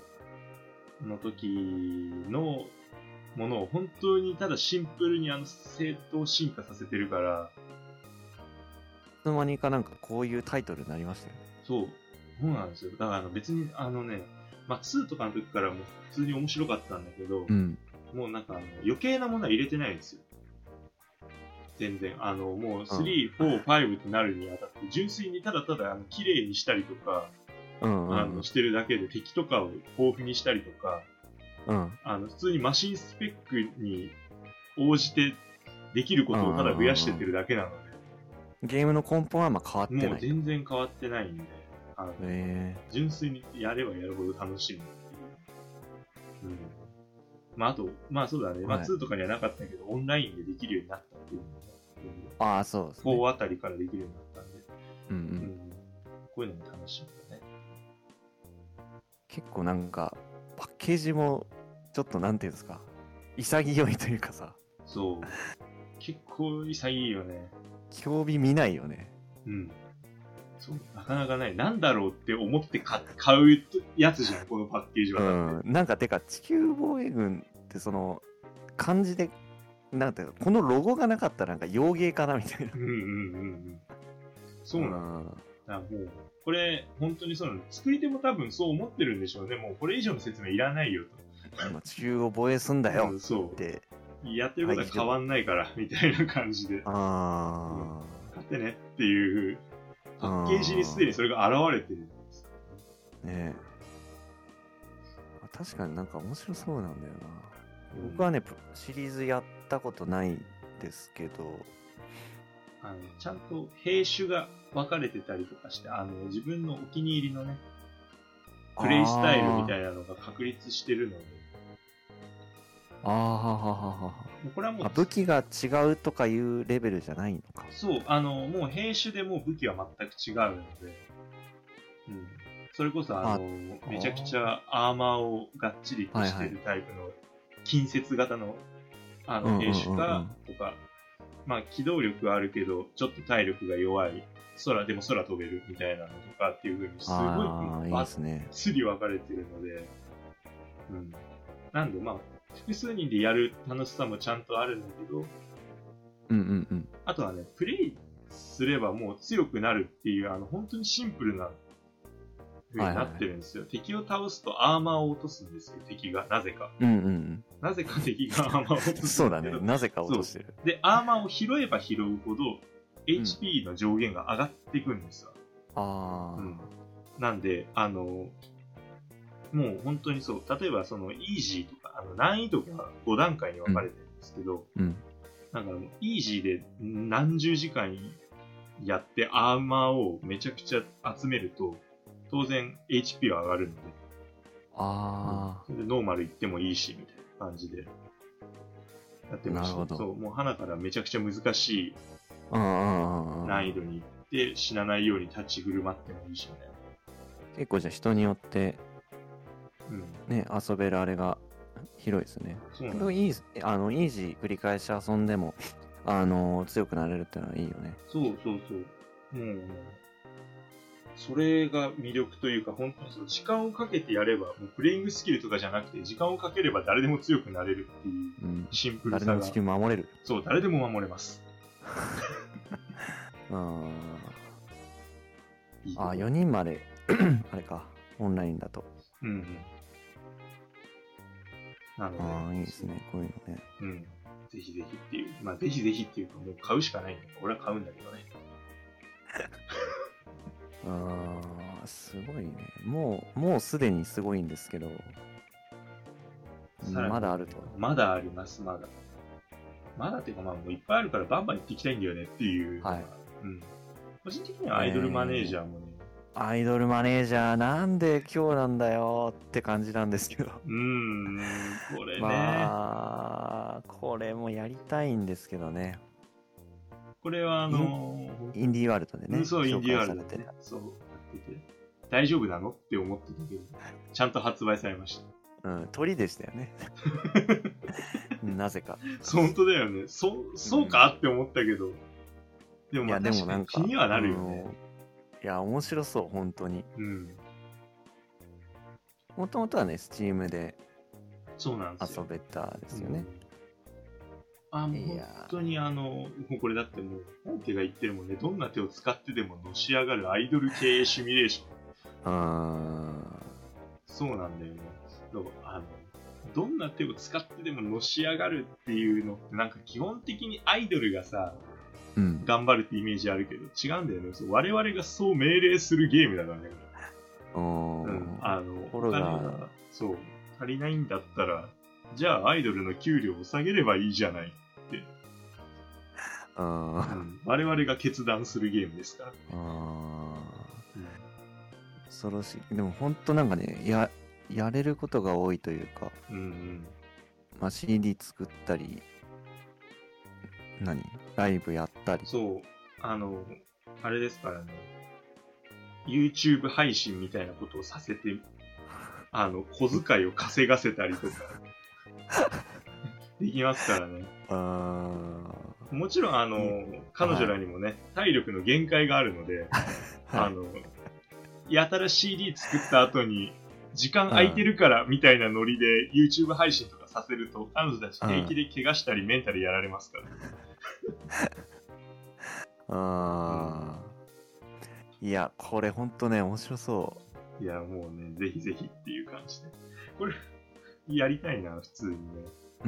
の時のものを本当にただシンプルにあの、正当進化させてるから、 いつの間にかなんかこういうタイトルになりましたよね。 そう。そうなんですよ。だからあの別にあのね、まあツーとかの時からも普通に面白かったんだけど、うん、もうなんかあの余計なものは入れてないんですよ。全然。あの、もうスリー、フォー、ファイブってなるにあたって、純粋にただただあの綺麗にしたりとか、うんうんうん、あのしてるだけで敵とかを豊富にしたりとか、うん、あの普通にマシンスペックに応じてできることをただ増やしてってるだけなので、 ゲームの根本はあんま変わってない。 もう全然変わってないんで、あの純粋にやればやるほど楽しむっていう。うん。まああと、まあそうだね、まあツーとかにはなかったけど、オンラインでできるようになったっていうのが、 うん、ああ、そうですね。 フォーあたりからできるようになったんで、 うんうん。うん、 こういうのも楽しみだね。 結構なんか、パッケージも、ちょっとなんていうんですか、潔いというかさ。 そう。結構潔いよね。 興味見ないよね。 うん。 そう、なかなかない。なんだろうって思って買うやつじゃん、このパッケージは。 うん、なんかてか地球防衛軍ってその漢字でなんていうかこのロゴがなかったらなんか洋芸かなみたいな。 うんうんうんうん。そうなの。だもうこれ本当にそうなの。作り手も多分そう思ってるんでしょうね。もうこれ以上の説明いらないよと。 今地球を防衛すんだよって、うん、 そうやってることは変わんないからみたいな感じで。ああ。買ってねっていうパッケージにすでにそれが現れてるんです。 ねえ。確かになんか面白そうなんだよな。うん、僕はねシリーズやったことないですけど、 あのちゃんと兵種が分かれてたりとかして、あの自分のお気に入りのねプレイスタイルみたいなのが確立してるので、 ああははははこれはもう武器が違うとかいうレベルじゃないのか。 そう、あのもう兵種でもう武器は全く違うので、うん、それこそあのめちゃくちゃアーマーをがっちりとしてるタイプの近接型のあの兵種かとか、まあ機動力はあるけどちょっと体力が弱い、空でも空飛べるみたいなのとかっていう風にすごいバッツリ分かれてるので、うん、なんでまあ複数人でやる楽しさもちゃんとあるんだけど、 うんうんうん、 あとはねプレイすればもう強くなるっていうあの本当にシンプルな風になってるんですよ、はいはいはい、敵を倒すとアーマーを落とすんですよ、敵がなぜか、 うんうんうん、 なぜか敵がアーマーを落とすんだけどそうだね、なぜか落としてる。 でアーマーを拾えば拾うほど エイチピー の上限が上がっていくんですよ、 うん、ああ、うん、 なんであのもう本当にそう、例えばそのイージーとかあの難易度がご段階に分かれてるんですけど、うん、なんかもうイージーで何十時間やってアーマーをめちゃくちゃ集めると当然 エイチピー は上がるので、あ、うん、それでノーマル行ってもいいしみたいな感じでやってました。なるほど。そう、もう鼻からめちゃくちゃ難しい難易度に行って死なないように立ち振る舞ってもいいしみたいな。 結構じゃあ人によってうんね、遊べるあれが広いですね。そうこれいいあのイージー繰り返し遊んでもあの強くなれるってのはいいよね。 そうそうそう。もうそれが魅力というか、本当にそう時間をかけてやれば、もうプレイングスキルとかじゃなくて時間をかければ誰でも強くなれるっていうシンプルさが、うん、誰でも地球守れる。そう、誰でも守れます。 あいいあよにんまであれかオンラインだと。うんうん。 なので、 ああ、いいですね、こういうのね。 うん。ぜひぜひっていう。まあ、ぜひぜひっていうか、もう買うしかないんだ。俺は買うんだけどね。 ああ、すごいね。もう、もうすでにすごいんですけど、まだあると。 まだあります、まだ。まだっていうか、まあ、もういっぱいあるからバンバン行っていきたいんだよねっていう。はい。うん。個人的にはアイドルマネージャーもね、 えー、アイドルマネージャーなんで今日なんだよって感じなんですけど。 うーん、これね。 まあ、これもやりたいんですけどね。 これはあのー、インディーワールドでね。 そう、インディーワールドで、ね。そう、やってて。大丈夫なのって思ってたけど、ちゃんと発売されました。 うん、鳥でしたよね。なぜか。 本当だよね。そ、そうか、うん、って思ったけど。でも、まあ、確かに気にはなるよね。 いや、面白そう、本当に。うん。もともとはね、スチームでそうなんですよ遊べたですよね。 うん、あ、もう本当にあの、もうこれだってもう、本家が言ってるもんね、どんな手を使ってでものし上がるアイドル系シミュレーション。あそうなんだよね。あのどんな手を使ってでものし上がるっていうのってなんか基本的にアイドルがさ、うん、頑張るってイメージあるけど違うんだよね。そう我々がそう命令するゲームだからね。うん、あのお金がそう足りないんだったらじゃあアイドルの給料を下げればいいじゃないって、うん、我々が決断するゲームですから。あ、 うん、恐ろしい。でも本当なんかねややれることが多いというか、うんうん、まあ、シーディー 作ったり何ライブやったり、 そうあのあれですからね、 YouTube 配信みたいなことをさせてあの小遣いを稼がせたりとかできますからね。あもちろんあの、うん、彼女らにもね体力の限界があるのであの、やたら シーディー 作った後に、時間空いてるからみたいなノリで YouTube 配信とかさせると、彼女たち平気で怪我したりメンタルやられますから。 あー、いや、これほんとね、面白そう。 いや、もうね、ぜひぜひっていう感じで。これ、やりたいな、普通にね。 うん、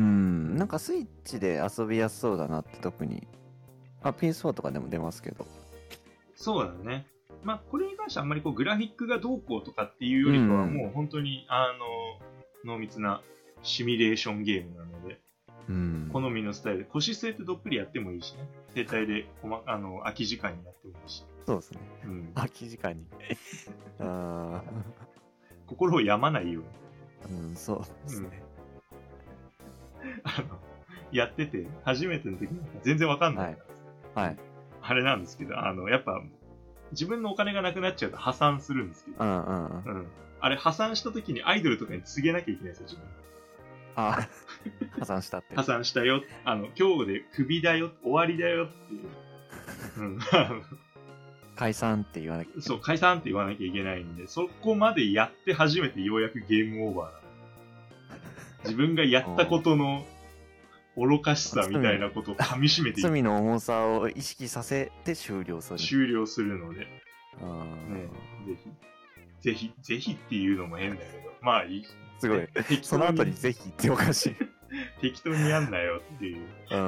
なんかスイッチで遊びやすそうだなって特に。あ、ピーエスフォー とかでも出ますけど。 そうだね。まあ、これに関してはあんまりこうグラフィックがどうこうとかっていうよりかは、もう本当に、あの、濃密なシミュレーションゲームなので、うん、好みのスタイルで、腰据えてどっぷりやってもいいしね。携帯で、あの、空き時間にやってもいいし。 そうですね。うん、空き時間に。 あ心を病まないように。うん、そうですね。 うん、あの、やってて、初めての時に全然わかんない。 はい。はい、 あれなんですけど、あの、やっぱ、自分のお金がなくなっちゃうと破産するんですけど、 うんうんうんうん、あれ破産した時にアイドルとかに告げなきゃいけないんですよ、自分。 ああ、破産したって。 破産したよ。あの、今日でクビだよ、終わりだよっていう。うん、 解散って言わなきゃいけない。 そう、解散って言わなきゃいけないんで、そこまでやって初めてようやくゲームオーバーなの。自分がやったことの愚かしさみたいなことを噛み締めていく。 罪の重さを意識させて終了する。 終了するので。あね、ぜひ。ぜひ、ぜひっていうのも変だけど。まあいい。 すごい。その後にぜひっておかしい。 適当にやんなよっていう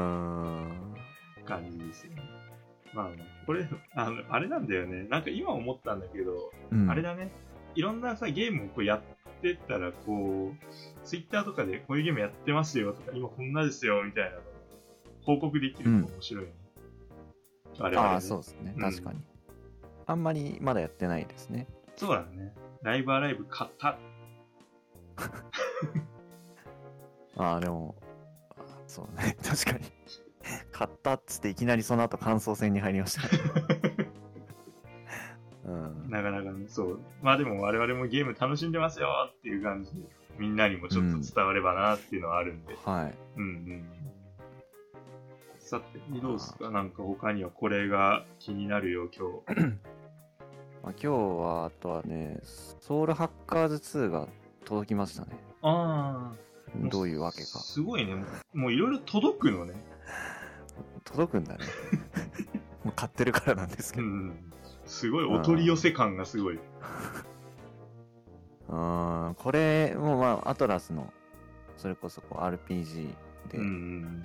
感じですよね。まあ、これ、あの、あれなんだよね。なんか今思ったんだけど、うん、あれだね。いろんなさ、ゲームをこうやってったら、こう、ツイッターとかでこういうゲームやってますよとか、今こんなですよみたいなの報告できると面白いね。 うん、あれはね。ああ、そうですね。確かに、うん。あんまりまだやってないですね。 そうだね。ライブアライブ買った。 ああ、でも、そうね。確かに。買ったっつっていきなりその後感想戦に入りました、ね。 うん、なかなかね、そう。まあでも我々もゲーム楽しんでますよっていう感じで、みんなにもちょっと伝わればなっていうのはあるんで。 うん、はい。 うんうん。さて、どうですか？なんか他にはこれが気になるよ、今日。 まあ、今日は、あとはね、ソウルハッカーズツーが届きましたね。 ああ。 どういうわけか。 すごいね。もういろいろ届くのね。 届くんだね。もう買ってるからなんですけど。うん、 すごいお取り寄せ感がすごい。 ああ、これもまあアトラスのそれこそこう アールピージー で、うん、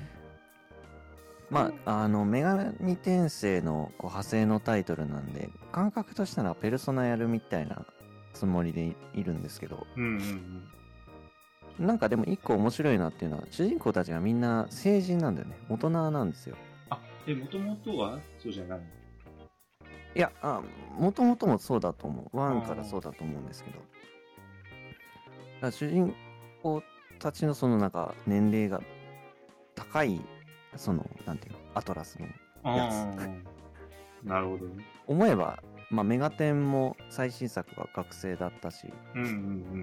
まああの女神転生のこう派生のタイトルなんで、感覚としたらペルソナやるみたいなつもりでいるんですけど、うんうんうん、なんかでも一個面白いなっていうのは、主人公たちがみんな成人なんだよね。大人なんですよ。 あ、え、もともとはそうじゃない？ いや、あ、もともともそうだと思う。ワンからそうだと思うんですけど。だから主人公たちのそのなんか年齢が高い、その、なんていうの、アトラスのやつ。なるほどね。 思えば、まあ、メガテンも最新作が学生だったし、 うんうんうん、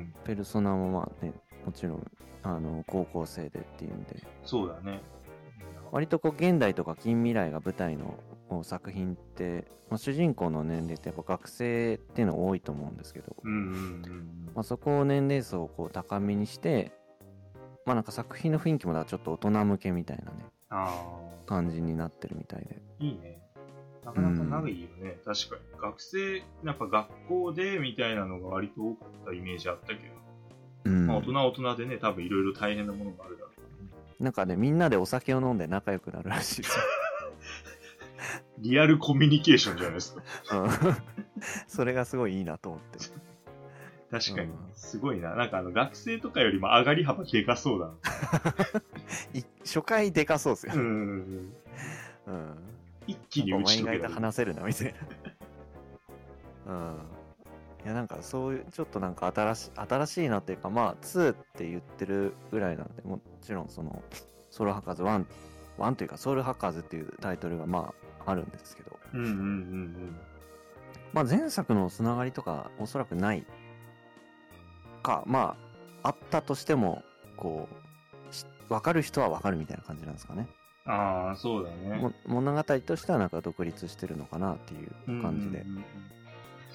ペルソナもまあね、もちろんあの高校生でっていうんで。 そうだね。 割とこう現代とか近未来が舞台の作品って、まあ、主人公の年齢ってやっぱ学生っていうの多いと思うんですけど、 うんうんうん、 まあ、そこを年齢層をこう高めにして、まあなんか作品の雰囲気もだちょっと大人向けみたいなね、 あ感じになってるみたいで。 いいね。なかなか長いよね、うん、確かに。学生、なんか学校でみたいなのが割と多かったイメージあったけど、うん、まあ大人は大人でね、多分いろいろ大変なものがあるだろう。 なんかね、みんなでお酒を飲んで仲良くなるらしいですよ。 リアルコミュニケーションじゃないですか。 うん、それがすごいいいなと思って。 確かに、すごいな。なんかあの学生とかよりも上がり幅でかそうだな。 初回でかそうですよ。うん、 うんうん、一気に打ち解けた。 お前意外と話せるなみたいな。うん。いやなんかそういうちょっとなんか新しい新しいなっていうか、まあツーって言ってるぐらいなんで、もちろんそのソウルハッカーズワン、ワンというかソウルハッカーズっていうタイトルがまああるんですけど、 うんうんうんうん。 まあ前作のつながりとかおそらくないか、まああったとしてもこう分かる人は分かるみたいな感じなんですかね。 ああ、そうだね。 物語としてはなんか独立してるのかなっていう感じで。 うんうんうんうん、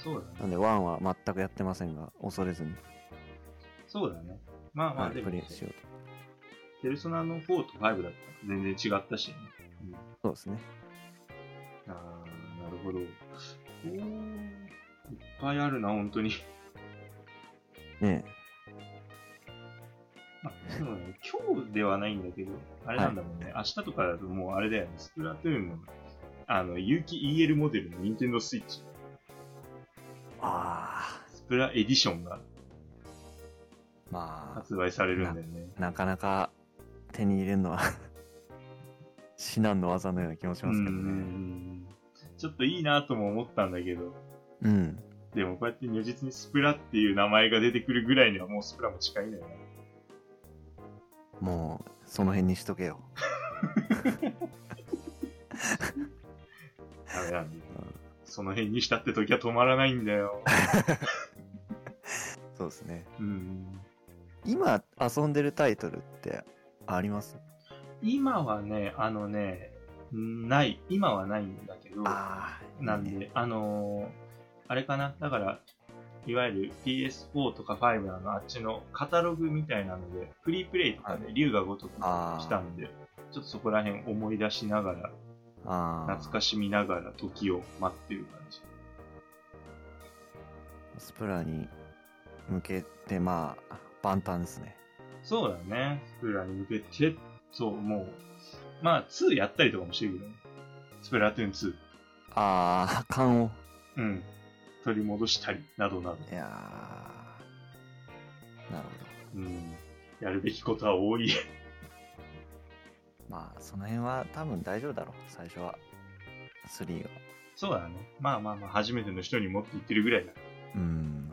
そうだね。 なんでワンは全くやってませんが、恐れずに。 そうだね。まあまあ、 はい、 でも、 プレイしようと。 ペルソナのフォーとファイブだったら全然違ったしね。うん、 そうですね。 あー、なるほど。おー、いっぱいあるな、本当に。 ねえ。 まあ、そうだね。今日ではないんだけど、あれなんだもんね。はい、明日とかだともうあれだよね。スプラトゥーンの、あの、有機 イーエル モデルの Nintendo Switch。 ああ。 スプラエディションが、 まあ、 発売されるんだよね。 な、なかなか手に入れるのは至難の技のような気もしますけどね。うん、 ちょっといいなとも思ったんだけど。 うん。 でもこうやって如実にスプラっていう名前が出てくるぐらいにはもうスプラも近いんだよね。 もう、その辺にしとけよ。 ダメなんだよ。その辺にしたって時は止まらないんだよ。 そうですね。 うん。 今遊んでるタイトルってあります？ 今はね、あのね、ない。今はないんだけど、 あなんで、いいね、あのー、あれかな。だから、いわゆる ピーエスフォー とかファイブのあっちのカタログみたいなので、フリープレイとかで龍が如くしたんで、ちょっとそこら辺思い出しながら、あ懐かしみながら時を待ってる感じ。 スプラに向けて、まあ、万端ですね。 そうだね。スプラに向けて、そう、もう、まあ、ツーやったりとかもしてるけどね。スプラトゥーンツー。 ああ、勘を。 うん。取り戻したり、などなど。 いやー、なるほど。うん。やるべきことは多い。 まあ、その辺は多分大丈夫だろう、最初は。スリーは。 そうだね。まあまあまあ、初めての人に持って言ってるぐらいだ。 うん。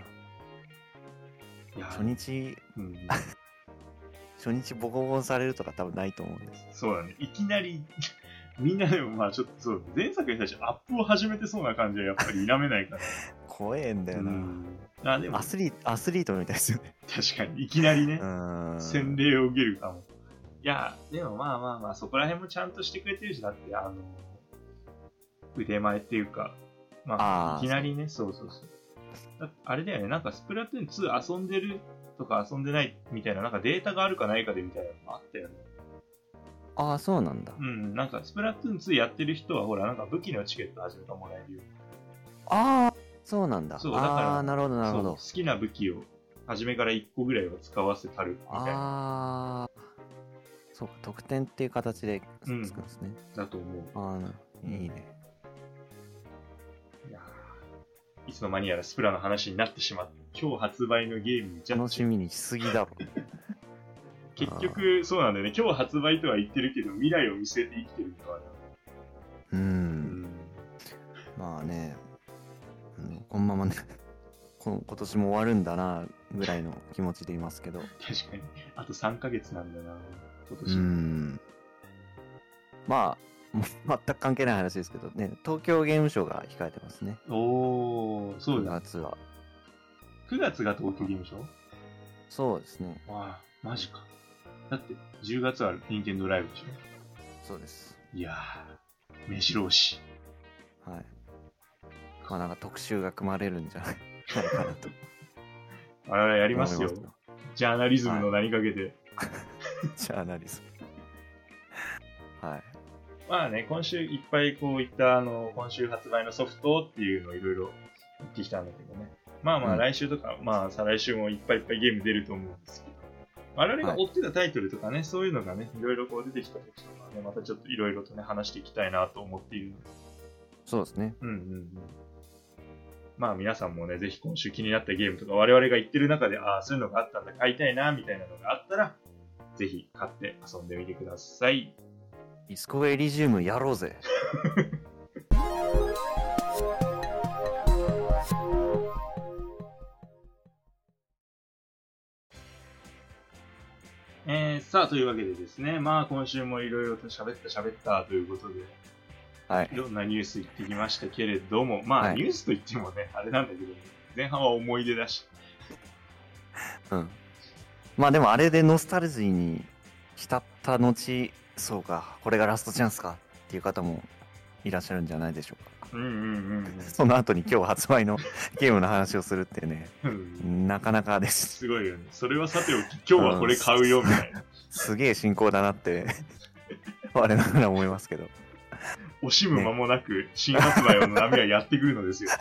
いや初日、うん、初日ボコボコされるとか多分ないと思うんです。 そうだね。いきなり、みんなでもまあちょっとそう、前作に対してアップを始めてそうな感じはやっぱり否めないから。 怖えんだよな。 あでもアスリート、アスリートみたいですよね。 確かに、いきなりね、洗礼を受けるかも。いや、でもまあまあまあ、そこら辺もちゃんとしてくれてるし、だって、あの、腕前っていうか、まあ、あいきなりね、そうそうそう。あれだよね、なんかスプラトゥーンツー遊んでるとか遊んでないみたいな、なんかデータがあるかないかでみたいなのもあったよね。 ああ、そうなんだ。 うん、なんかスプラトゥーンツーやってる人はほら、なんか武器のチケット始めてもらえるよ。 ああ、そうなんだ。 そう、だから、 あなるほどなるほど。 好きな武器を初めからいっこぐらいは使わせたるみたいな。 ああ、そうか、得点っていう形でつくんですね。 うん、だと思う。 ああ、いいね。 いやいつの間にやらスプラの話になってしまって、今日発売のゲームにじゃ楽しみにしすぎだろ。 結局、そうなんだよね。今日発売とは言ってるけど、未来を見据えて生きてるのはね。 うーん。うんまあね、このままね今年も終わるんだなぐらいの気持ちでいますけど。 確かに。あとさんかげつなんだな、今年。 うーん。まあ、全く関係ない話ですけどね、東京ゲームショウが控えてますね。 おー、そうだ。 くがつは。 くがつが東京ゲームショウ？ そうですね。 わあ、マジか。だって、じゅうがつは任天堂ライブでしょ？ そうです。 いやー、目白押し。 はい。まあなんか特集が組まれるんじゃないかなと。 あれやりますよ。ジャーナリズムの名にかけて。はい、 ジャーナリズム。はい。 まあね、今週いっぱいこういったあの、今週発売のソフトっていうのをいろいろ言ってきたんだけどね。まあまあ来週とか、うん、まあ再来週もいっぱいいっぱいゲーム出ると思うんですけど。我々が追ってたタイトルとかね、はい、そういうのがね、いろいろこう出てきた時とかね、またちょっといろいろとね、話していきたいなと思っているので。 そうですね。 うんうんうん。まあ皆さんもね、ぜひ今週気になったゲームとか、我々が言ってる中で、ああ、そういうのがあったんだ、買いたいな、みたいなのがあったら、ぜひ買って遊んでみてください。 ディスコエリジウムやろうぜ。 えー、さあ、というわけでですね、まあ今週もいろいろと喋った喋ったということで、 はい。 いろんなニュース言ってきましたけれども、まあ、はい、ニュースといってもね、あれなんだけど、前半は思い出だし。 うん。まあでもあれでノスタルジーに浸った後、そうか、これがラストチャンスかっていう方もいらっしゃるんじゃないでしょうか。 うんうんうん、うん、 その後に今日発売のゲームの話をするってね、うん、なかなかです。 すごいよね。それはさておき、今日はこれ買うよみたいな。 すげえ進行だなって我ながら思いますけど。 惜しむ間もなく新発売の波はやってくるのですよ。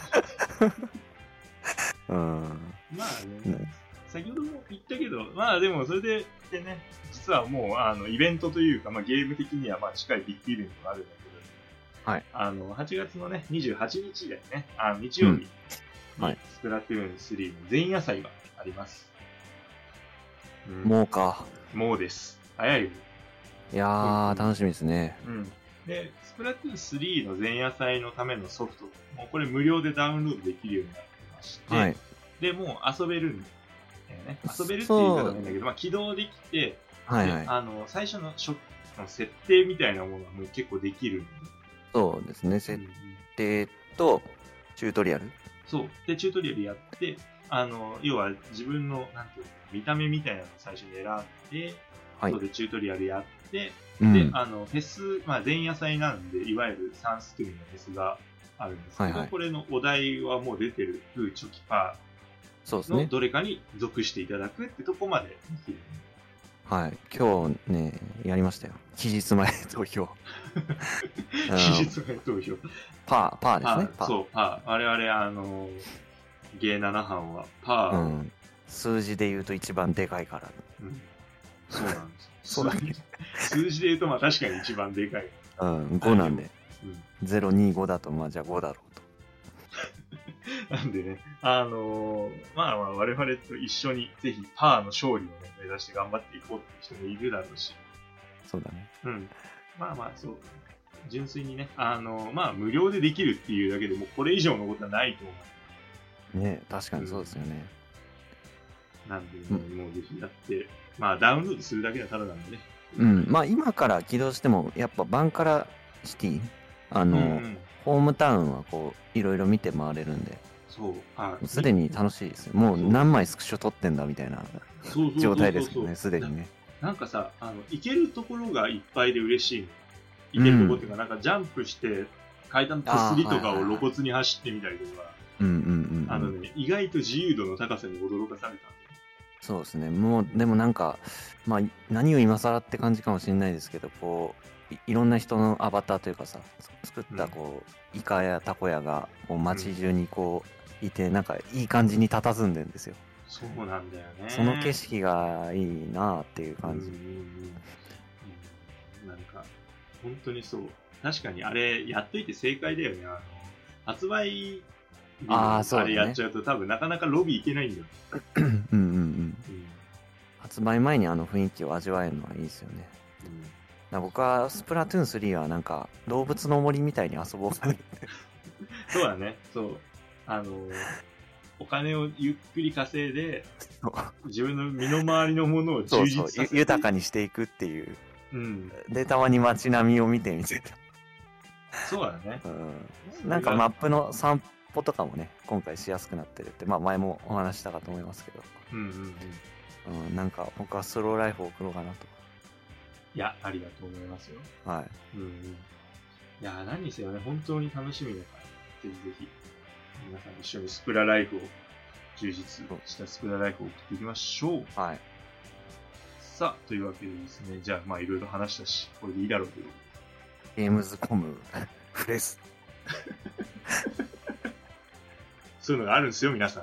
うん、 まあね、先ほども言ったけど、まあでもそれででね、実はもうあのイベントというか、まあ、ゲーム的にはまあ近いビッグイベントがあるんだけど、 はい、あのはちがつのねにじゅうはちにちでね、あの日曜日にスプラトゥーンスリーの前夜祭があります。 うん、もうか。 もうです。早いよ。 いやー、うん、楽しみですね。 うん。で、スプラトゥーンスリーの前夜祭のためのソフト、もうこれ無料でダウンロードできるようになってまして、はい、で、もう遊べるんだよね。遊べるっていう言い方なんだけど、まあ、起動できて、はいはい、あの最初の初の設定みたいなものはもう結構できるんで。 そうですね、設定とチュートリアル。 そう。で、チュートリアルやって、あの、要は自分の、なんていうの、見た目みたいなのを最初に選んで、はい、そうでチュートリアルやって、うん、で、あの、フェス、まあ前夜祭なんで、いわゆるさん組のフェスがあるんですけど、はいはい、これのお題はもう出てる、グー、チョキ、パーのどれかに属していただくってとこまでできる。 はい、今日ね、やりましたよ。期日前投票。 期日前投票。 パー、パーですね。 パーそう、パー。我々、あの、ゲーなな班はパー、うん。 数字で言うと一番でかいから。 うん、そうなんです。 そうだね。 数字で言うと、まあ確かに一番でかい。 うん、ごなんで。うん、ゼロにごだと、まあじゃあごだろうと。 なんでね、あのー、まあまあ我々と一緒にぜひパーの勝利を、ね、目指して頑張っていこうっていう人もいるだろうし。 そうだね。 うん。まあまあそう。純粋にね、あのー、まあ無料でできるっていうだけでもこれ以上のことはないと思う。ね、確かにそうですよね。 うん、なんで、ね、うん、もうぜひやって、まあダウンロードするだけはただなんでね。 うん。まあ今から起動しても、やっぱバンカラシティ、あのー、うんうん、ホームタウンはこういろいろ見て回れるんで、 そう、あ、 すでに楽しいですよ。もう何枚スクショ撮ってんだみたいな状態ですよね、すでにね。 なんかさ、あの行けるところがいっぱいで嬉しい。行けるところっていうか、うん、なんかジャンプして階段手すりとかを露骨に走ってみたりとか、あのね、意外と自由度の高さに驚かされた。 そうですね。もうでもなんか、まあ何を今更って感じかもしれないですけど、こう い, いろんな人のアバターというかさ、作ったこう、うん、イカやタコヤがこう街中にこういて、なんかいい感じに佇んでんですよ。 そうなんだよね。 その景色がいいなっていう感じ。うんうんうん、なんか本当にそう。確かにあれやっといて正解だよね。あの発売あ, そう、ね、 あれやっちゃうと多分なかなかロビー行けないんだよ。 うんうんうん。うん、発売前にあの雰囲気を味わえるのはいいですよね。うん、僕はスプラトゥーンスリーはなんか動物の森みたいに遊ぼうかな。 そうだね。そう。あのー、お金をゆっくり稼いで自分の身の回りのものを充実させてそうそう豊かにしていくっていう。 うん、 でたまに街並みを見てみてた。 そうだね。 うん、なんかマップの散歩とかもね今回しやすくなってるって、まあ前もお話したかと思いますけど。 うんうんうん。うん、なんか僕はスローライフを送ろうかなと。 いや、ありだと思いますよ。 はい。 うんうん。いや、何にせよね、本当に楽しみだから、ぜひぜひ、皆さん一緒にスプラライフを、充実したスプラライフを送っていきましょう。 はい。 さあ、というわけでですね、じゃあ、まあ、いろいろ話したし、これでいいだろうという。 ゲームズコム、フレス。 そういうのがあるんですよ、皆さん。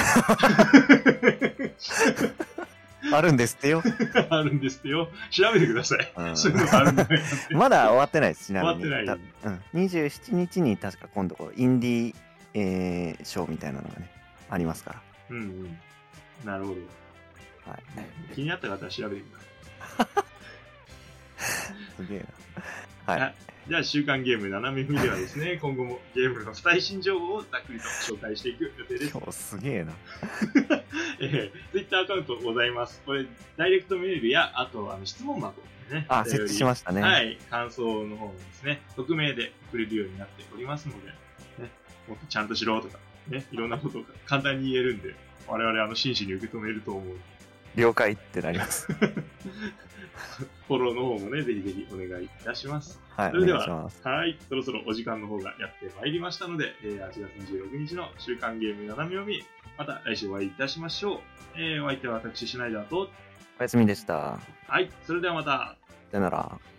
あるんですってよ。 あるんですってよ。調べてください。うん、そういうのがあるんだよ。 まだ終わってないです、ちなみに。 終わってない。 うん、にじゅうしちにちに確か今度こうインディー、えー、ショーみたいなのがね、ありますから。 うんうん。なるほど。 はい。 気になった方は調べてください。 すげえな。はい。 じゃあ、週刊ゲーム斜め読みではですね、今後もゲームの最新情報をざっくりと紹介していく予定です。 今日すげえな。 えー、Twitter アカウントございます。これ、ダイレクトメールや、あと、あの質問箱でね。 あ、設置しましたね。 はい。感想の方もですね、匿名で送れるようになっておりますので、ね、もっとちゃんとしろとか、ね、いろんなことを簡単に言えるんで、我々、あの、真摯に受け止めると思う。 了解ってなります。 教フォローの方もね、ぜひぜひお願いいたします。 はい、 それでは、 はい、そろそろお時間の方がやってまいりましたので、えー、はちがつにじゅうろくにちの週刊ゲーム斜め読み、また来週お会いいたしましょう。えー、お相手は私、シュナイダーと、 おやすみでした。 はい、それではまた。 さよなら。